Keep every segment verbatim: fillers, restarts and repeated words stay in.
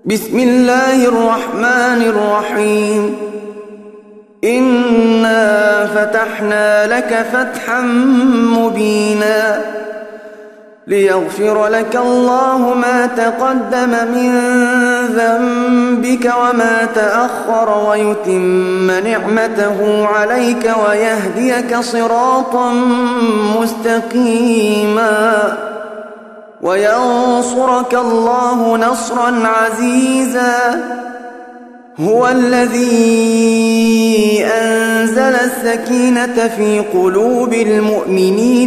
بسم الله الرحمن الرحيم إنا فتحنا لك فتحا مبينا ليغفر لك الله ما تقدم من ذنبك وما تأخر ويتم نعمته عليك ويهديك صراطا مستقيما وينصرك الله نصرا عزيزا هو الذي أنزل السكينة في قلوب المؤمنين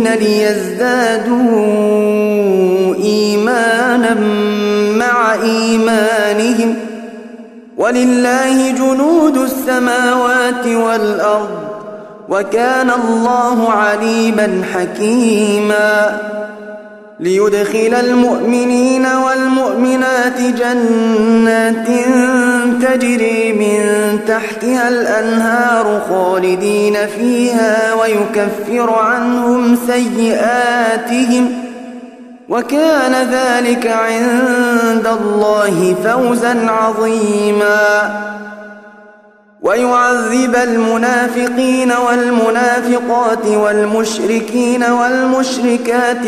ليزدادوا إيمانا مع إيمانهم ولله جنود السماوات والأرض وكان الله عليما حكيما ليدخل المؤمنين والمؤمنات جنات تجري من تحتها الأنهار خالدين فيها ويكفر عنهم سيئاتهم وكان ذلك عند الله فوزا عظيما ويعذب المنافقين والمنافقات والمشركين والمشركات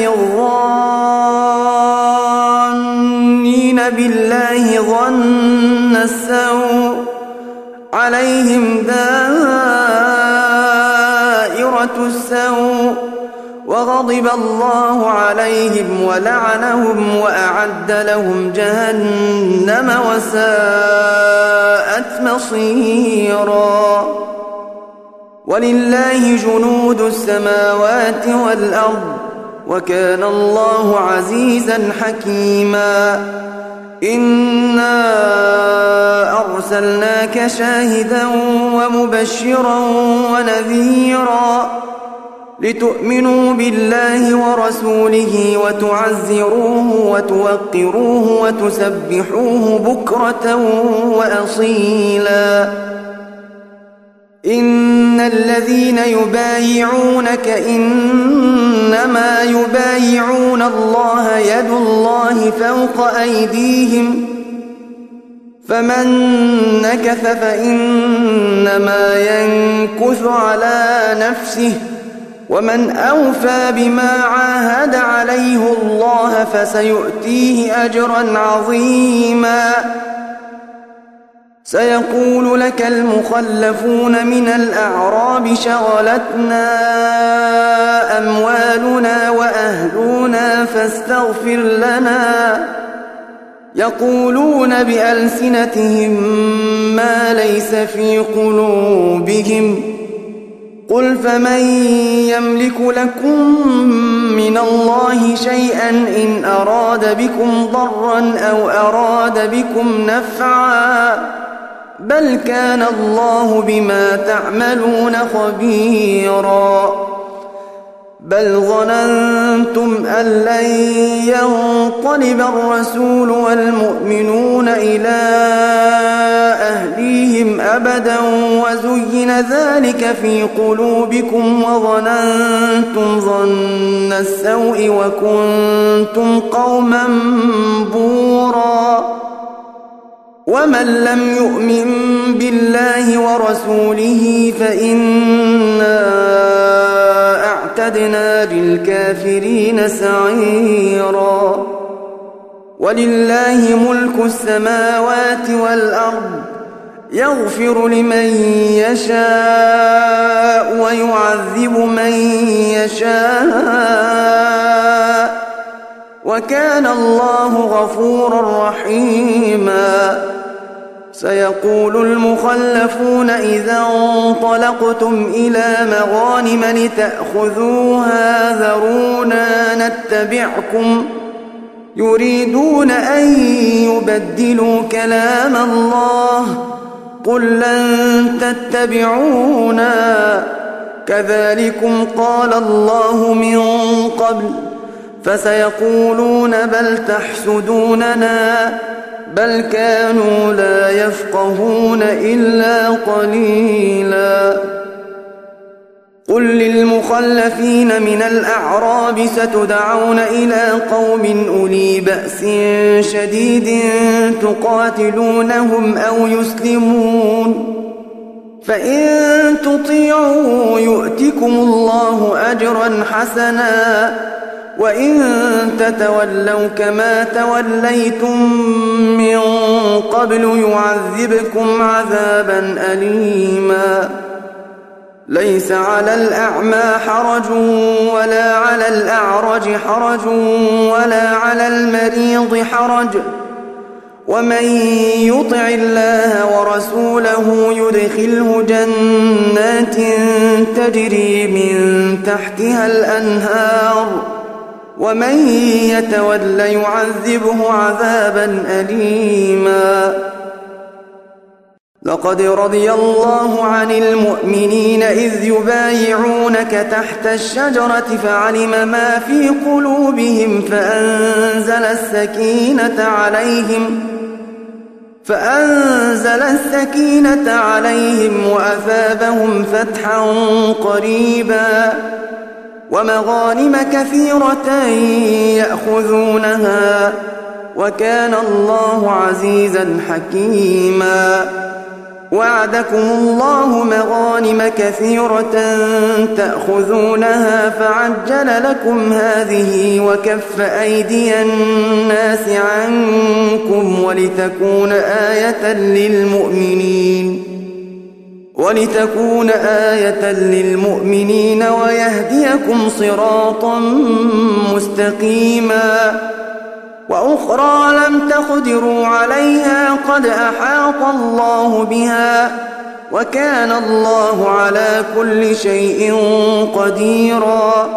الظانين بالله ظن السوء عليهم دائرة السوء وغضب الله عليهم ولعنهم وأعد لهم جهنم وساءت مصيرا ولله جنود السماوات والأرض وكان الله عزيزا حكيما إنا أرسلناك شاهدا ومبشرا ونذيرا لتؤمنوا بالله ورسوله وتعزروه وتوقروه وتسبحوه بكرة وأصيلا إن الذين يبايعونك إنما يبايعون الله يد الله فوق أيديهم فمن نكث فإنما ينكث على نفسه ومن أوفى بما عاهد عليه الله فسيؤتيه أجرا عظيما سيقول لك المخلفون من الأعراب شغلتنا أموالنا وأهلنا فاستغفر لنا يقولون بألسنتهم ما ليس في قلوبهم قل فمن يملك لكم من الله شيئا إن أراد بكم ضرا أو أراد بكم نفعا بل كان الله بما تعملون خبيرا بل ظننتم أن لن ينقلب الرسول والمؤمنون إلى أهليهم أبدا وزين ذلك في قلوبكم وظننتم ظن السوء وكنتم قوما بورا ومن لم يؤمن بالله ورسوله فإنا أعتدنا للكافرين سعيرا ولله ملك السماوات والأرض يغفر لمن يشاء ويعذب من يشاء وكان الله غفورا رحيما سيقول المخلفون إذا انطلقتم إلى مغانم لتأخذوها ذرونا نتبعكم يريدون أن يبدلوا كلام الله قل لن تتبعونا كذلكم قال الله من قبل فسيقولون بل تحسدوننا بل كانوا لا يفقهون إلا قليلا قل للمخلفين من الأعراب ستدعون إلى قوم أولي بأس شديد تقاتلونهم أو يسلمون فإن تطيعوا يؤتكم الله أجرا حسنا وإن تتولوا كما توليتم من قبل يعذبكم عذابا أليما ليس على الأعمى حرج ولا على الأعرج حرج ولا على المريض حرج ومن يطع الله ورسوله يدخله جنات تجري من تحتها الأنهار ومن يتول يعذبه عذابا أليما لقد رضي الله عن المؤمنين إذ يبايعونك تحت الشجرة فعلم ما في قلوبهم فأنزل السكينة عليهم فأنزل السكينة عليهم وأثابهم فتحا قريبا ومغانم كثيرة يأخذونها وكان الله عزيزا حكيما وعدكم الله مغانم كثيرة تأخذونها فعجل لكم هذه وكف أيدي الناس عنكم ولتكون آية للمؤمنين ولتكون آية للمؤمنين ويهديكم صراطا مستقيما وأخرى لم تقدروا عليها قد أحاط الله بها وكان الله على كل شيء قديرا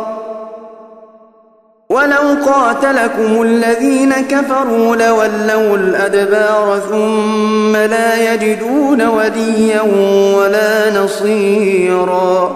ولو قاتلكم الذين كفروا لولوا الأدبار ثم لا يجدون وليا ولا نصيرا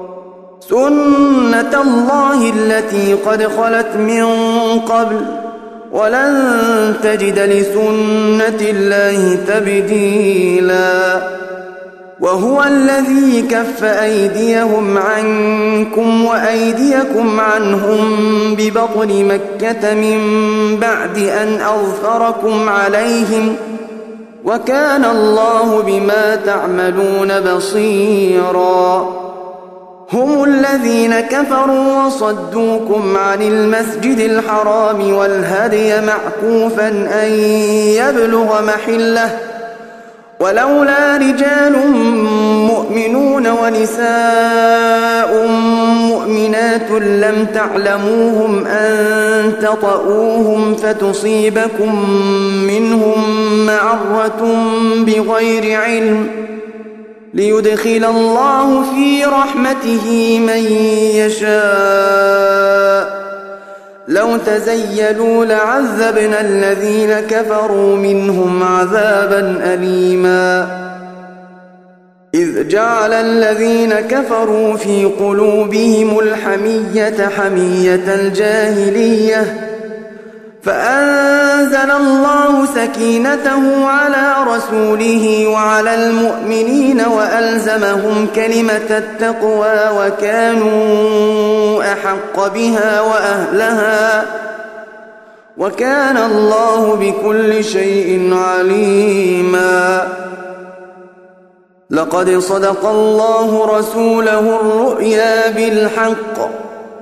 سنة الله التي قد خلت من قبل ولن تجد لسنة الله تبديلا وهو الذي كف أيديهم عنكم وأيديكم عنهم ببطن مكة من بعد أن أظفركم عليهم وكان الله بما تعملون بصيرا هم الذين كفروا وصدوكم عن المسجد الحرام والهدي معكوفا أن يبلغ محله ولولا رجال مؤمنون ونساء مؤمنات لم تعلموهم أن تطؤوهم فتصيبكم منهم معرة بغير علم ليدخل الله في رحمته من يشاء لو تزيلوا لعذبنا الذين كفروا منهم عذابا أليما إذ جعل الذين كفروا في قلوبهم الحمية حمية الجاهلية فأنزل الله سكينته على رسوله وعلى المؤمنين وألزمهم كلمة التقوى وكانوا أحق بها وأهلها وكان الله بكل شيء عليما لقد صدق الله رسوله الرؤيا بالحق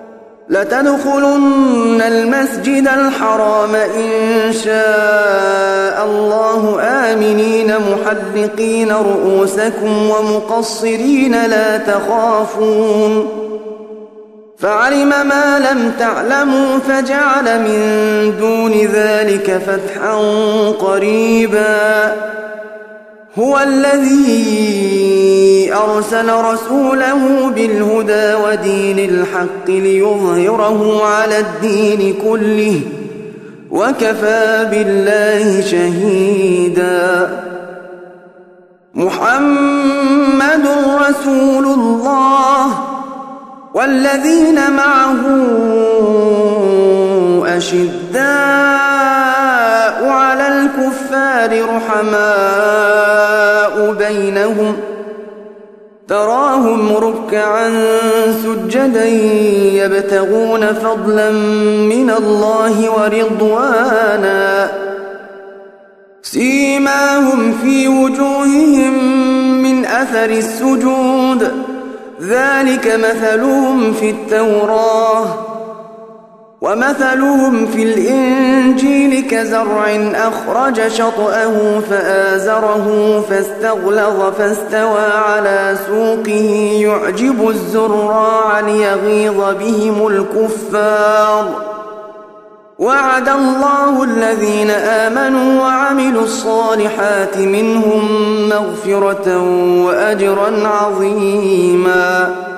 لتدخلن المسجد الحرام إن شاء الله آمنين محلقين رؤوسكم ومقصرين لا تخافون فعلم ما لم تعلموا فجعل من دون ذلك فتحا قريبا هو الذي أرسل رسوله بالهدى ودين الحق ليظهره على الدين كله وكفى بالله شهيدا محمد رسول الله والذين معه أشداء على الكفار رحماء بينهم تراهم ركعا سجدا يبتغون فضلا من الله ورضوانا سيماهم في وجوههم من أثر السجود ذلك مثلهم في التوراة ومثلهم في الإنجيل كزرع أخرج شطأه فآزره فاستغلظ فاستوى على سوقه يعجب الزراع ليغيظ بهم الكفار وعد الله الذين آمنوا وعملوا الصالحات منهم مغفرة وأجرا عظيما